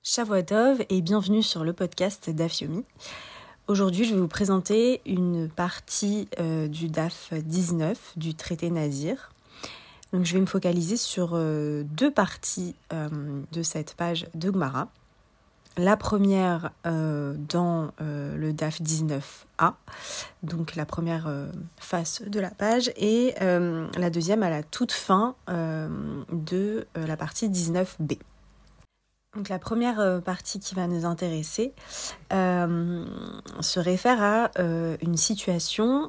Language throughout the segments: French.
Shavua Tov et bienvenue sur le podcast Daf Yomi. Aujourd'hui, je vais vous présenter une partie du Daf 19 du traité Nazir. Donc, je vais me focaliser sur deux parties de cette page de Gemara. La première dans le Daf 19a, donc la première face de la page, et la deuxième à la toute fin de la partie 19b. Donc la première partie qui va nous intéresser se réfère à une situation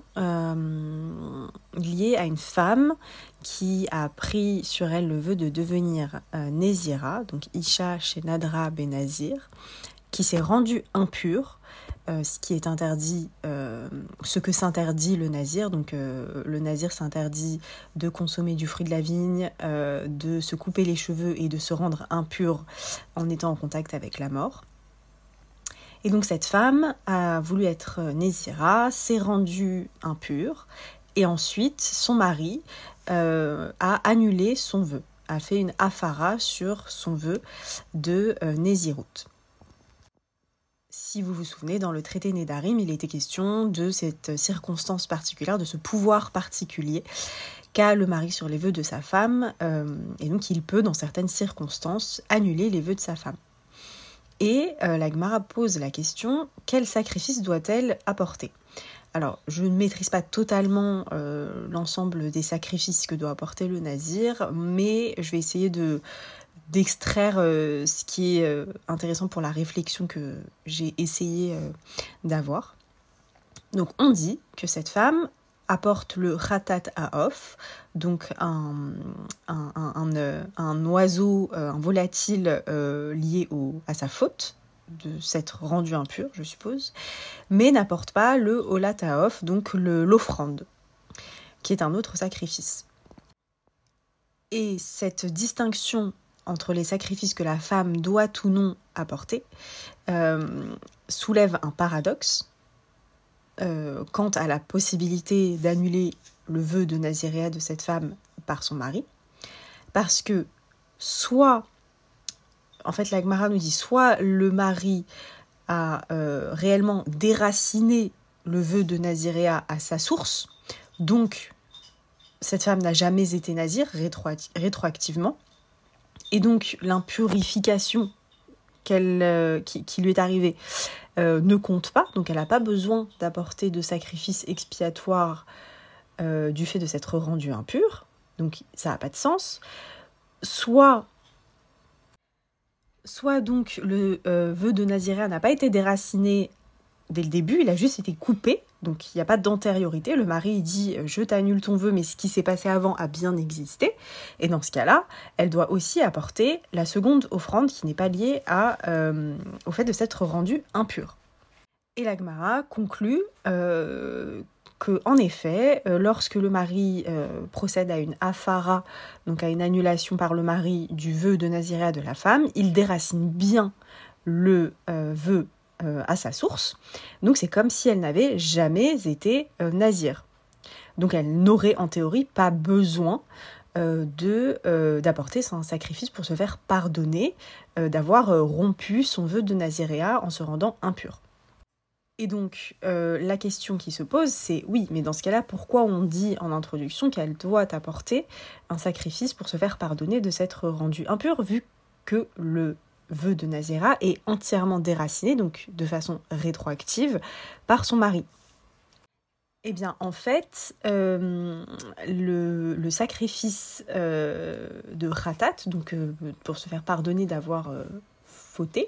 liée à une femme qui a pris sur elle le vœu de devenir Nézira, donc Isha chez Nadra ben Nazir, qui s'est rendue impure, ce qui est interdit, ce que s'interdit le Nazir. Donc le Nazir s'interdit de consommer du fruit de la vigne, de se couper les cheveux et de se rendre impur en étant en contact avec la mort. Et donc cette femme a voulu être Nézira, s'est rendue impure, et ensuite son mari a annulé son vœu, a fait une afara sur son vœu de Nézirout. Si vous vous souvenez, dans le traité Nedarim, il était question de cette circonstance particulière, de ce pouvoir particulier qu'a le mari sur les vœux de sa femme, et donc il peut, dans certaines circonstances, annuler les vœux de sa femme. Et la Gemara pose la question, quel sacrifice doit-elle apporter ? Alors, je ne maîtrise pas totalement l'ensemble des sacrifices que doit apporter le Nazir, mais je vais essayer d'extraire ce qui est intéressant pour la réflexion que j'ai essayé d'avoir. Donc on dit que cette femme apporte le Khatat Ha'of, donc un oiseau, un volatile lié à sa faute, de s'être rendu impur, je suppose, mais n'apporte pas le Olat Ha'of, donc l'offrande, qui est un autre sacrifice. Et cette distinction entre les sacrifices que la femme doit ou non apporter, soulève un paradoxe quant à la possibilité d'annuler le vœu de Naziréa de cette femme par son mari, parce que soit, en fait la Gemara nous dit, soit le mari a réellement déraciné le vœu de Naziréa à sa source, donc cette femme n'a jamais été nazir rétroactivement, et donc l'impurification qui lui est arrivée ne compte pas, donc elle n'a pas besoin d'apporter de sacrifice expiatoire du fait de s'être rendue impure, donc ça n'a pas de sens. Soit donc le vœu de Naziréa n'a pas été déraciné dès le début, il a juste été coupé, donc il n'y a pas d'antériorité. Le mari dit « je t'annule ton vœu, mais ce qui s'est passé avant a bien existé ». Et dans ce cas-là, elle doit aussi apporter la seconde offrande qui n'est pas liée au fait de s'être rendue impure. Et la Gemara conclut qu'en effet, lorsque le mari procède à une afara, donc à une annulation par le mari du vœu de Naziréa de la femme, il déracine bien le vœu à sa source, donc c'est comme si elle n'avait jamais été nazir. Donc elle n'aurait en théorie pas besoin d'apporter son sacrifice pour se faire pardonner, d'avoir rompu son vœu de Naziréa en se rendant impure. Et donc la question qui se pose, c'est oui, mais dans ce cas-là, pourquoi on dit en introduction qu'elle doit apporter un sacrifice pour se faire pardonner de s'être rendue impure, vu que le vœu de Nazira est entièrement déraciné, donc de façon rétroactive, par son mari. Eh bien, en fait, le sacrifice de Khatat, donc pour se faire pardonner d'avoir fauté,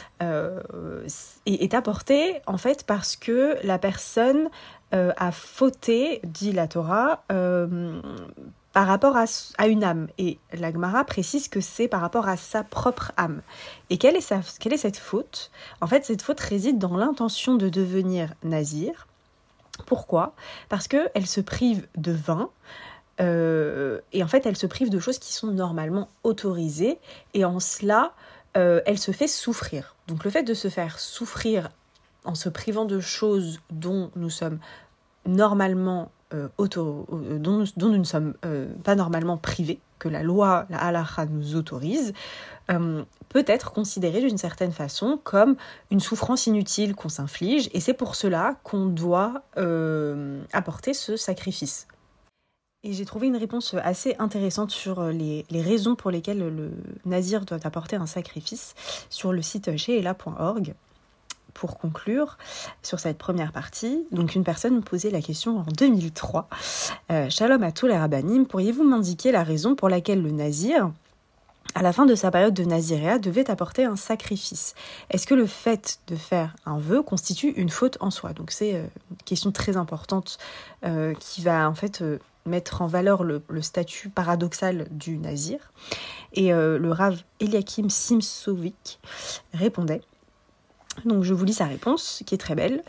est apporté en fait parce que la personne a fauté, dit la Torah, par rapport à une âme. Et la Gemara précise que c'est par rapport à sa propre âme. Et quelle est cette faute ? En fait, cette faute réside dans l'intention de devenir nazir. Pourquoi ? Parce qu'elle se prive de vin, et en fait, elle se prive de choses qui sont normalement autorisées, et en cela, elle se fait souffrir. Donc le fait de se faire souffrir en se privant de choses dont nous sommes normalement dont nous ne sommes pas normalement privés, que la loi, la halakha nous autorise, peut être considéré d'une certaine façon comme une souffrance inutile qu'on s'inflige, et c'est pour cela qu'on doit apporter ce sacrifice. Et j'ai trouvé une réponse assez intéressante sur les raisons pour lesquelles le nazir doit apporter un sacrifice sur le site sheela.org. Pour conclure sur cette première partie, donc une personne me posait la question en 2003. Shalom à tous les rabbanim, pourriez-vous m'indiquer la raison pour laquelle le nazir, à la fin de sa période de naziréat, devait apporter un sacrifice? Est-ce que le fait de faire un vœu constitue une faute en soi? Donc c'est une question très importante qui va en fait mettre en valeur le statut paradoxal du nazir. Et le Rav Eliakim Simsovic répondait. Donc je vous lis sa réponse, qui est très belle.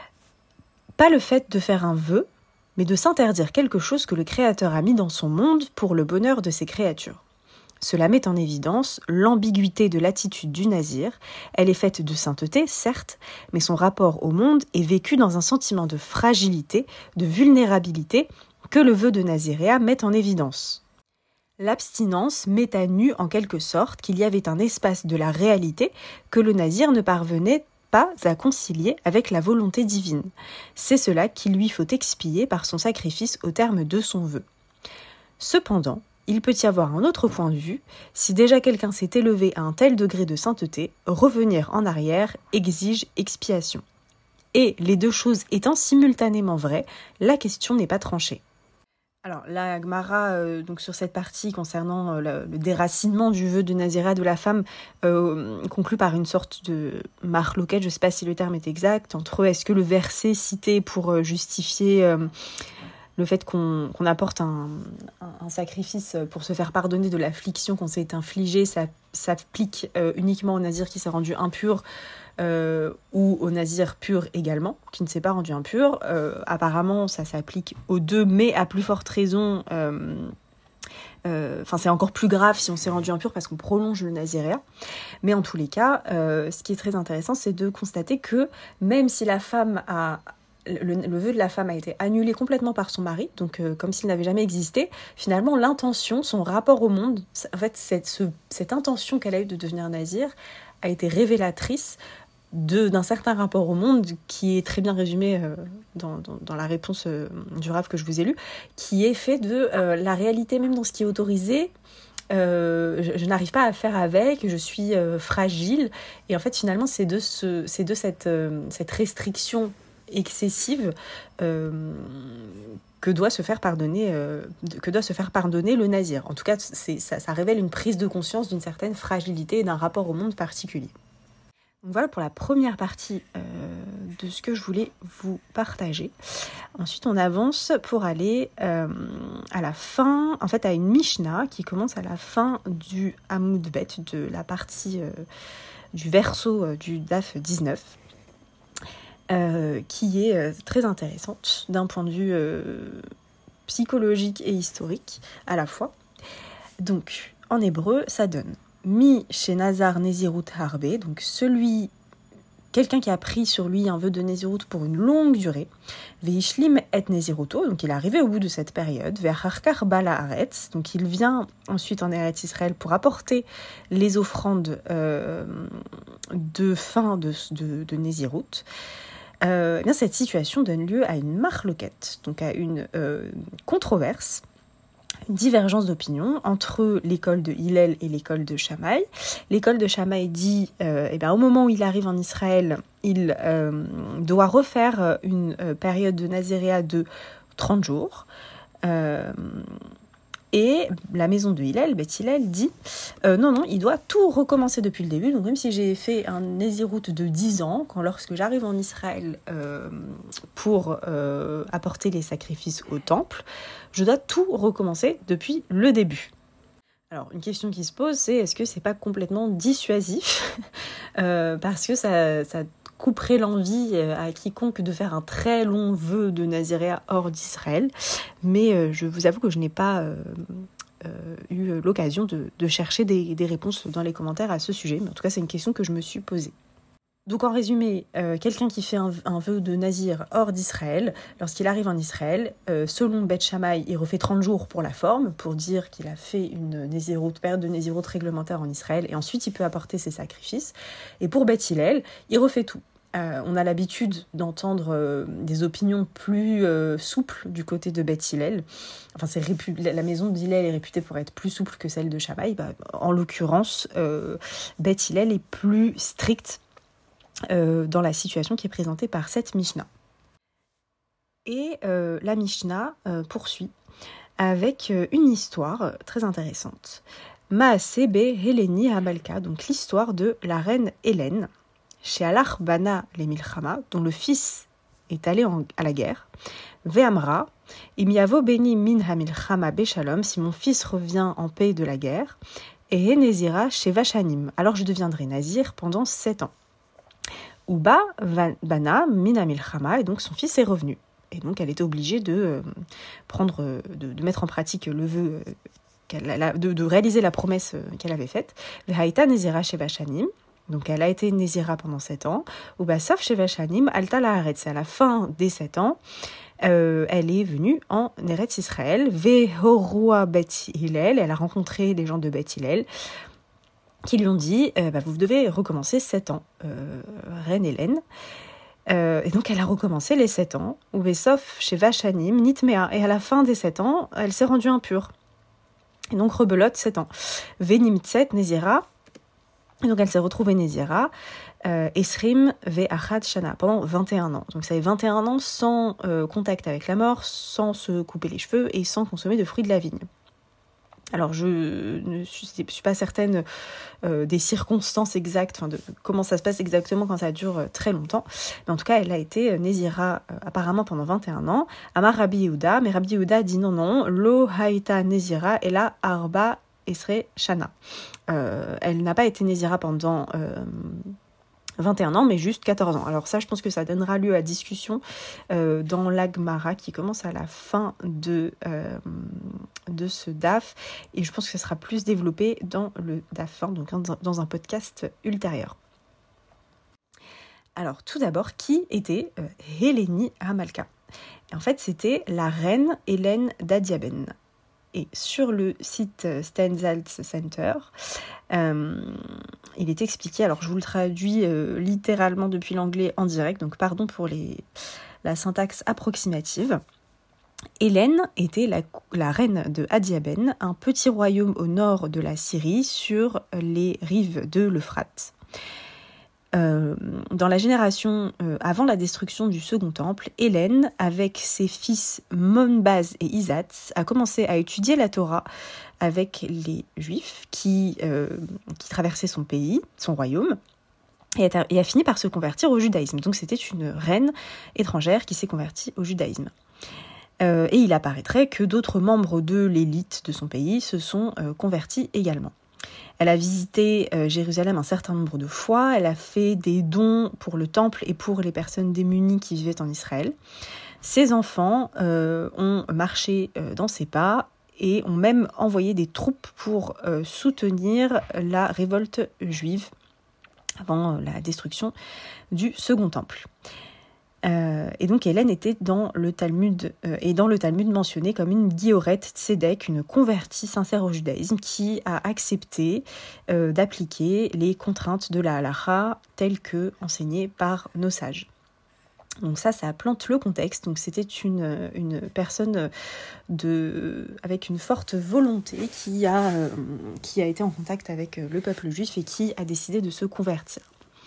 Pas le fait de faire un vœu, mais de s'interdire quelque chose que le Créateur a mis dans son monde pour le bonheur de ses créatures. Cela met en évidence l'ambiguïté de l'attitude du nazir. Elle est faite de sainteté, certes, mais son rapport au monde est vécu dans un sentiment de fragilité, de vulnérabilité que le vœu de naziréat met en évidence. L'abstinence met à nu en quelque sorte qu'il y avait un espace de la réalité que le nazir ne parvenait pas à concilier avec la volonté divine. C'est cela qu'il lui faut expier par son sacrifice au terme de son vœu. Cependant, il peut y avoir un autre point de vue. Si déjà quelqu'un s'est élevé à un tel degré de sainteté, revenir en arrière exige expiation. Et les deux choses étant simultanément vraies, la question n'est pas tranchée. Alors, la Gemara, donc sur cette partie concernant le déracinement du vœu de naziréat de la femme, conclut par une sorte de marloquette, je ne sais pas si le terme est exact, entre est-ce que le verset cité pour justifier le fait qu'on apporte un sacrifice pour se faire pardonner de l'affliction qu'on s'est infligée, ça s'applique uniquement au nazir qui s'est rendu impur, ou au nazir pur également, qui ne s'est pas rendu impur. Apparemment, ça s'applique aux deux, mais à plus forte raison, c'est encore plus grave si on s'est rendu impur parce qu'on prolonge le naziréat. Mais en tous les cas, ce qui est très intéressant, c'est de constater que même si la femme le vœu de la femme a été annulé complètement par son mari, donc comme s'il n'avait jamais existé, finalement l'intention, son rapport au monde, en fait cette intention qu'elle a eue de devenir nazir a été révélatrice d'un certain rapport au monde qui est très bien résumé dans la réponse du Rav que je vous ai lu, qui est fait de la réalité même dans ce qui est autorisé. Je n'arrive pas à faire avec, je suis fragile, et en fait finalement c'est de cette restriction excessive que doit se faire pardonner le nazir. En tout cas, ça révèle une prise de conscience d'une certaine fragilité et d'un rapport au monde particulier. Donc voilà pour la première partie de ce que je voulais vous partager. Ensuite, on avance pour aller à la fin, en fait à une Mishnah qui commence à la fin du Hamoud Bet, de la partie du verso du Daf 19. Qui est très intéressante d'un point de vue psychologique et historique à la fois. Donc, en hébreu, ça donne Mi chez Nazar Nezirut Harbe, donc quelqu'un qui a pris sur lui un vœu de Nezirut pour une longue durée, Veishlim et Neziruto, donc il est arrivé au bout de cette période, Ve'acharkar Bala Haaretz, donc il vient ensuite en Eretz Israël pour apporter les offrandes de fin de Nezirut. Bien cette situation donne lieu à une marloquette, donc à une controverse, une divergence d'opinion entre l'école de Hillel et l'école de Shammai. L'école de Shammai dit, au moment où il arrive en Israël, il doit refaire une période de naziréat de 30 jours. Et la maison de Hillel, Beth Hillel, dit non, il doit tout recommencer depuis le début. Donc même si j'ai fait un Nézirut de 10 ans, lorsque j'arrive en Israël pour apporter les sacrifices au temple, je dois tout recommencer depuis le début. Alors une question qui se pose, c'est est-ce que c'est pas complètement dissuasif parce que ça couperait l'envie à quiconque de faire un très long vœu de naziréat hors d'Israël. Mais je vous avoue que je n'ai pas eu l'occasion de chercher des réponses dans les commentaires à ce sujet. Mais en tout cas, c'est une question que je me suis posée. Donc en résumé, quelqu'un qui fait un vœu de nazir hors d'Israël, lorsqu'il arrive en Israël, selon Beth Shammai, il refait 30 jours pour la forme, pour dire qu'il a fait une période de nésiroute réglementaire en Israël, et ensuite il peut apporter ses sacrifices. Et pour Beth Hillel, il refait tout. On a l'habitude d'entendre des opinions plus souples du côté de Beth Hillel. Enfin, la maison d'Hillel est réputée pour être plus souple que celle de Shammai. En l'occurrence, Beth Hillel est plus stricte dans la situation qui est présentée par cette Mishnah. Et la Mishnah poursuit avec une histoire très intéressante. Maaseh be Heleni Hamalka, donc l'histoire de la reine Hélène, chez Alach Bana le Milchama, dont le fils est allé à la guerre. Ve'amra, imiavo beni min hamilchama beshalom, si mon fils revient en paix de la guerre, et Nézira chez Vachanim, alors je deviendrai nazir pendant 7 ans. Uba Bana Mina Milchama, et donc son fils est revenu. Et donc elle était obligée de mettre en pratique le vœu, de réaliser la promesse qu'elle avait faite. Vehaïta Nézira chez Vachanim, donc elle a été Nézira pendant 7 ans. Uba Sof chez Vachanim, Alta Laaretz, à la fin des 7 ans, elle est venue en Eretz Israël. Vehorua Beth Hillel, elle a rencontré les gens de Beth Hillel, qui lui ont dit vous devez recommencer 7 ans, reine Hélène. Et donc elle a recommencé les 7 ans, ou sauf chez Vachanim, Nitmea, et à la fin des 7 ans, elle s'est rendue impure. Et donc rebelote 7 ans. Venimtset Nézira, et donc elle s'est retrouvée Nézira, Esrim Ve'achad Shana, pendant 21 ans. Donc ça fait 21 ans sans contact avec la mort, sans se couper les cheveux et sans consommer de fruits de la vigne. Alors je ne suis pas certaine des circonstances exactes, de comment ça se passe exactement quand ça dure très longtemps, mais en tout cas elle a été Nézira apparemment pendant 21 ans. Amar Rabbi Yehuda, mais Rabbi Yehuda dit non, Lo Haïta Nézira et la Arba Esre Shana. Elle n'a pas été Nézira pendant 21 ans, mais juste 14 ans. Alors ça, je pense que ça donnera lieu à discussion dans l'Agmara qui commence à la fin de ce DAF, et je pense que ça sera plus développé dans le DAF 1, donc dans un podcast ultérieur. Alors tout d'abord, qui était Hélénie Hamalka ? En fait, c'était la reine Hélène d'Adiaben. Et sur le site Stenzaltz Center, il est expliqué, alors je vous le traduis littéralement depuis l'anglais en direct, donc pardon pour la syntaxe approximative. Hélène était la reine de Adiaben, un petit royaume au nord de la Syrie, sur les rives de l'Euphrate. Dans la génération avant la destruction du Second Temple, Hélène, avec ses fils Monbaz et Isatz, a commencé à étudier la Torah avec les Juifs qui traversaient son pays, son royaume, et a fini par se convertir au judaïsme. Donc c'était une reine étrangère qui s'est convertie au judaïsme. Et il apparaîtrait que d'autres membres de l'élite de son pays se sont convertis également. Elle a visité Jérusalem un certain nombre de fois, elle a fait des dons pour le temple et pour les personnes démunies qui vivaient en Israël. Ses enfants ont marché dans ses pas et ont même envoyé des troupes pour soutenir la révolte juive avant la destruction du Second Temple. Et donc Hélène était dans le Talmud mentionnée comme une Gioret Tzedek, une convertie sincère au judaïsme qui a accepté d'appliquer les contraintes de la halacha telles que enseignées par nos sages. Donc ça plante le contexte. Donc c'était une personne avec une forte volonté qui a été en contact avec le peuple juif et qui a décidé de se convertir.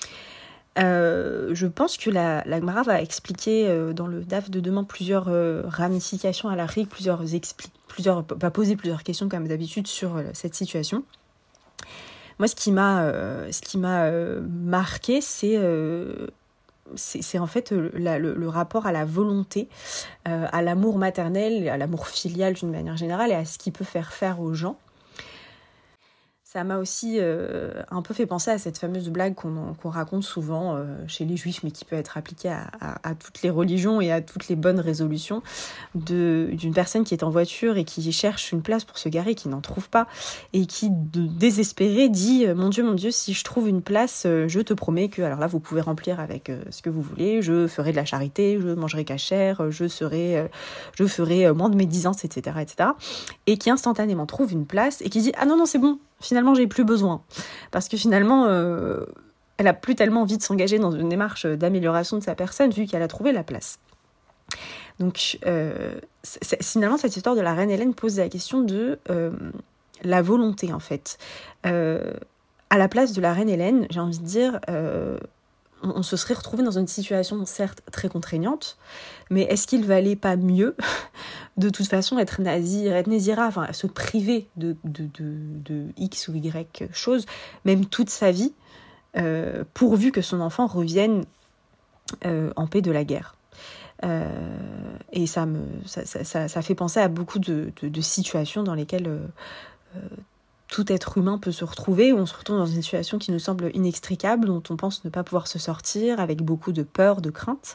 Je pense que la Gemara va expliquer dans le DAF de demain plusieurs ramifications à la règle, va poser plusieurs questions comme d'habitude sur cette situation. Moi, ce qui m'a marqué, c'est en fait le rapport à la volonté, à l'amour maternel, à l'amour filial d'une manière générale et à ce qu'il peut faire aux gens. Ça m'a aussi un peu fait penser à cette fameuse blague qu'on raconte souvent chez les juifs, mais qui peut être appliquée à toutes les religions et à toutes les bonnes résolutions, d'une personne qui est en voiture et qui cherche une place pour se garer, qui n'en trouve pas, et qui, désespérée, dit « Mon Dieu, si je trouve une place, je te promets que, alors là, vous pouvez remplir avec ce que vous voulez, je ferai de la charité, je mangerai cachère, je ferai moins de médisance, etc., etc. » Et qui instantanément trouve une place et qui dit « Ah non, c'est bon, finalement, j'ai plus besoin. » Parce que finalement, elle a plus tellement envie de s'engager dans une démarche d'amélioration de sa personne vu qu'elle a trouvé la place. Donc, finalement, cette histoire de la reine Hélène pose la question de la volonté, en fait. À la place de la reine Hélène, j'ai envie de dire, on se serait retrouvé dans une situation, certes, très contraignante, mais est-ce qu'il valait pas mieux, de toute façon, être Nézira, enfin, se priver de X ou Y chose, même toute sa vie, pourvu que son enfant revienne en paix de la guerre. Et ça fait penser à beaucoup de situations dans lesquelles tout être humain peut se retrouver, où on se retrouve dans une situation qui nous semble inextricable, dont on pense ne pas pouvoir se sortir, avec beaucoup de peur, de crainte.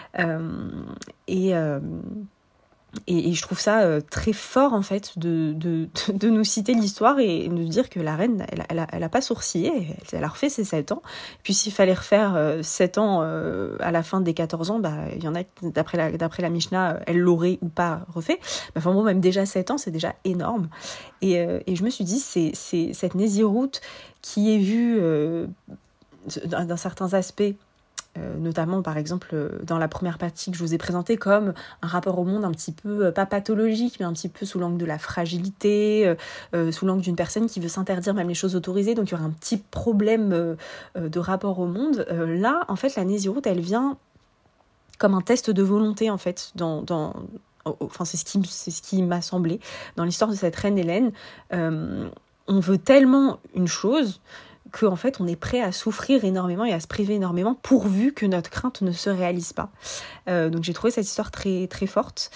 Et je trouve ça très fort, en fait, de nous citer l'histoire et de dire que la reine, elle a pas sourcillé, elle a refait ses 7 ans. Puis s'il fallait refaire 7 ans à la fin des 14 ans, il y en a, d'après la Mishnah, elle l'aurait ou pas refait. Enfin bon, même déjà 7 ans, c'est déjà énorme. Et je me suis dit, c'est cette Néziroute qui est vue dans certains aspects, notamment par exemple dans la première partie que je vous ai présentée, comme un rapport au monde un petit peu, pas pathologique, mais un petit peu sous l'angle de la fragilité, sous l'angle d'une personne qui veut s'interdire même les choses autorisées, donc il y aura un petit problème de rapport au monde. Là, en fait, la Néziroute, elle vient comme un test de volonté, en fait, enfin, c'est ce qui m'a semblé dans l'histoire de cette reine Hélène. On veut tellement une chose qu'en fait, on est prêt à souffrir énormément et à se priver énormément pourvu que notre crainte ne se réalise pas. Donc j'ai trouvé cette histoire très, très forte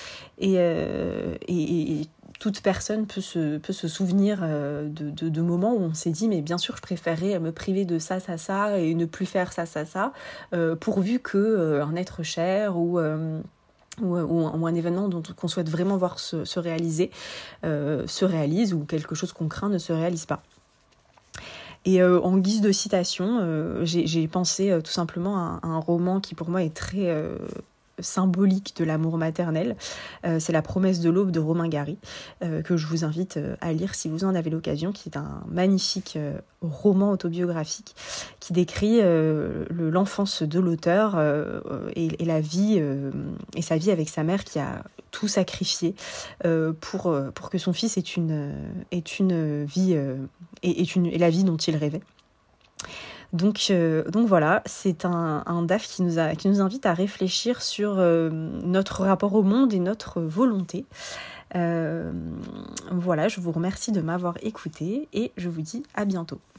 et toute personne peut se souvenir de moments où on s'est dit mais bien sûr je préférerais me priver de ça et ne plus faire ça pourvu que un être cher ou un événement qu'on souhaite vraiment voir se réaliser se réalise, ou quelque chose qu'on craint ne se réalise pas. Et en guise de citation, j'ai pensé tout simplement à un roman qui pour moi est très symbolique de l'amour maternel. C'est La promesse de l'aube de Romain Gary, que je vous invite à lire si vous en avez l'occasion, qui est un magnifique roman autobiographique qui décrit l'enfance de l'auteur et la vie et sa vie avec sa mère qui a tout sacrifié pour que son fils ait une vie et la vie dont il rêvait. Donc voilà, c'est un DAF qui nous invite à réfléchir sur notre rapport au monde et notre volonté. Voilà, je vous remercie de m'avoir écouté et je vous dis à bientôt.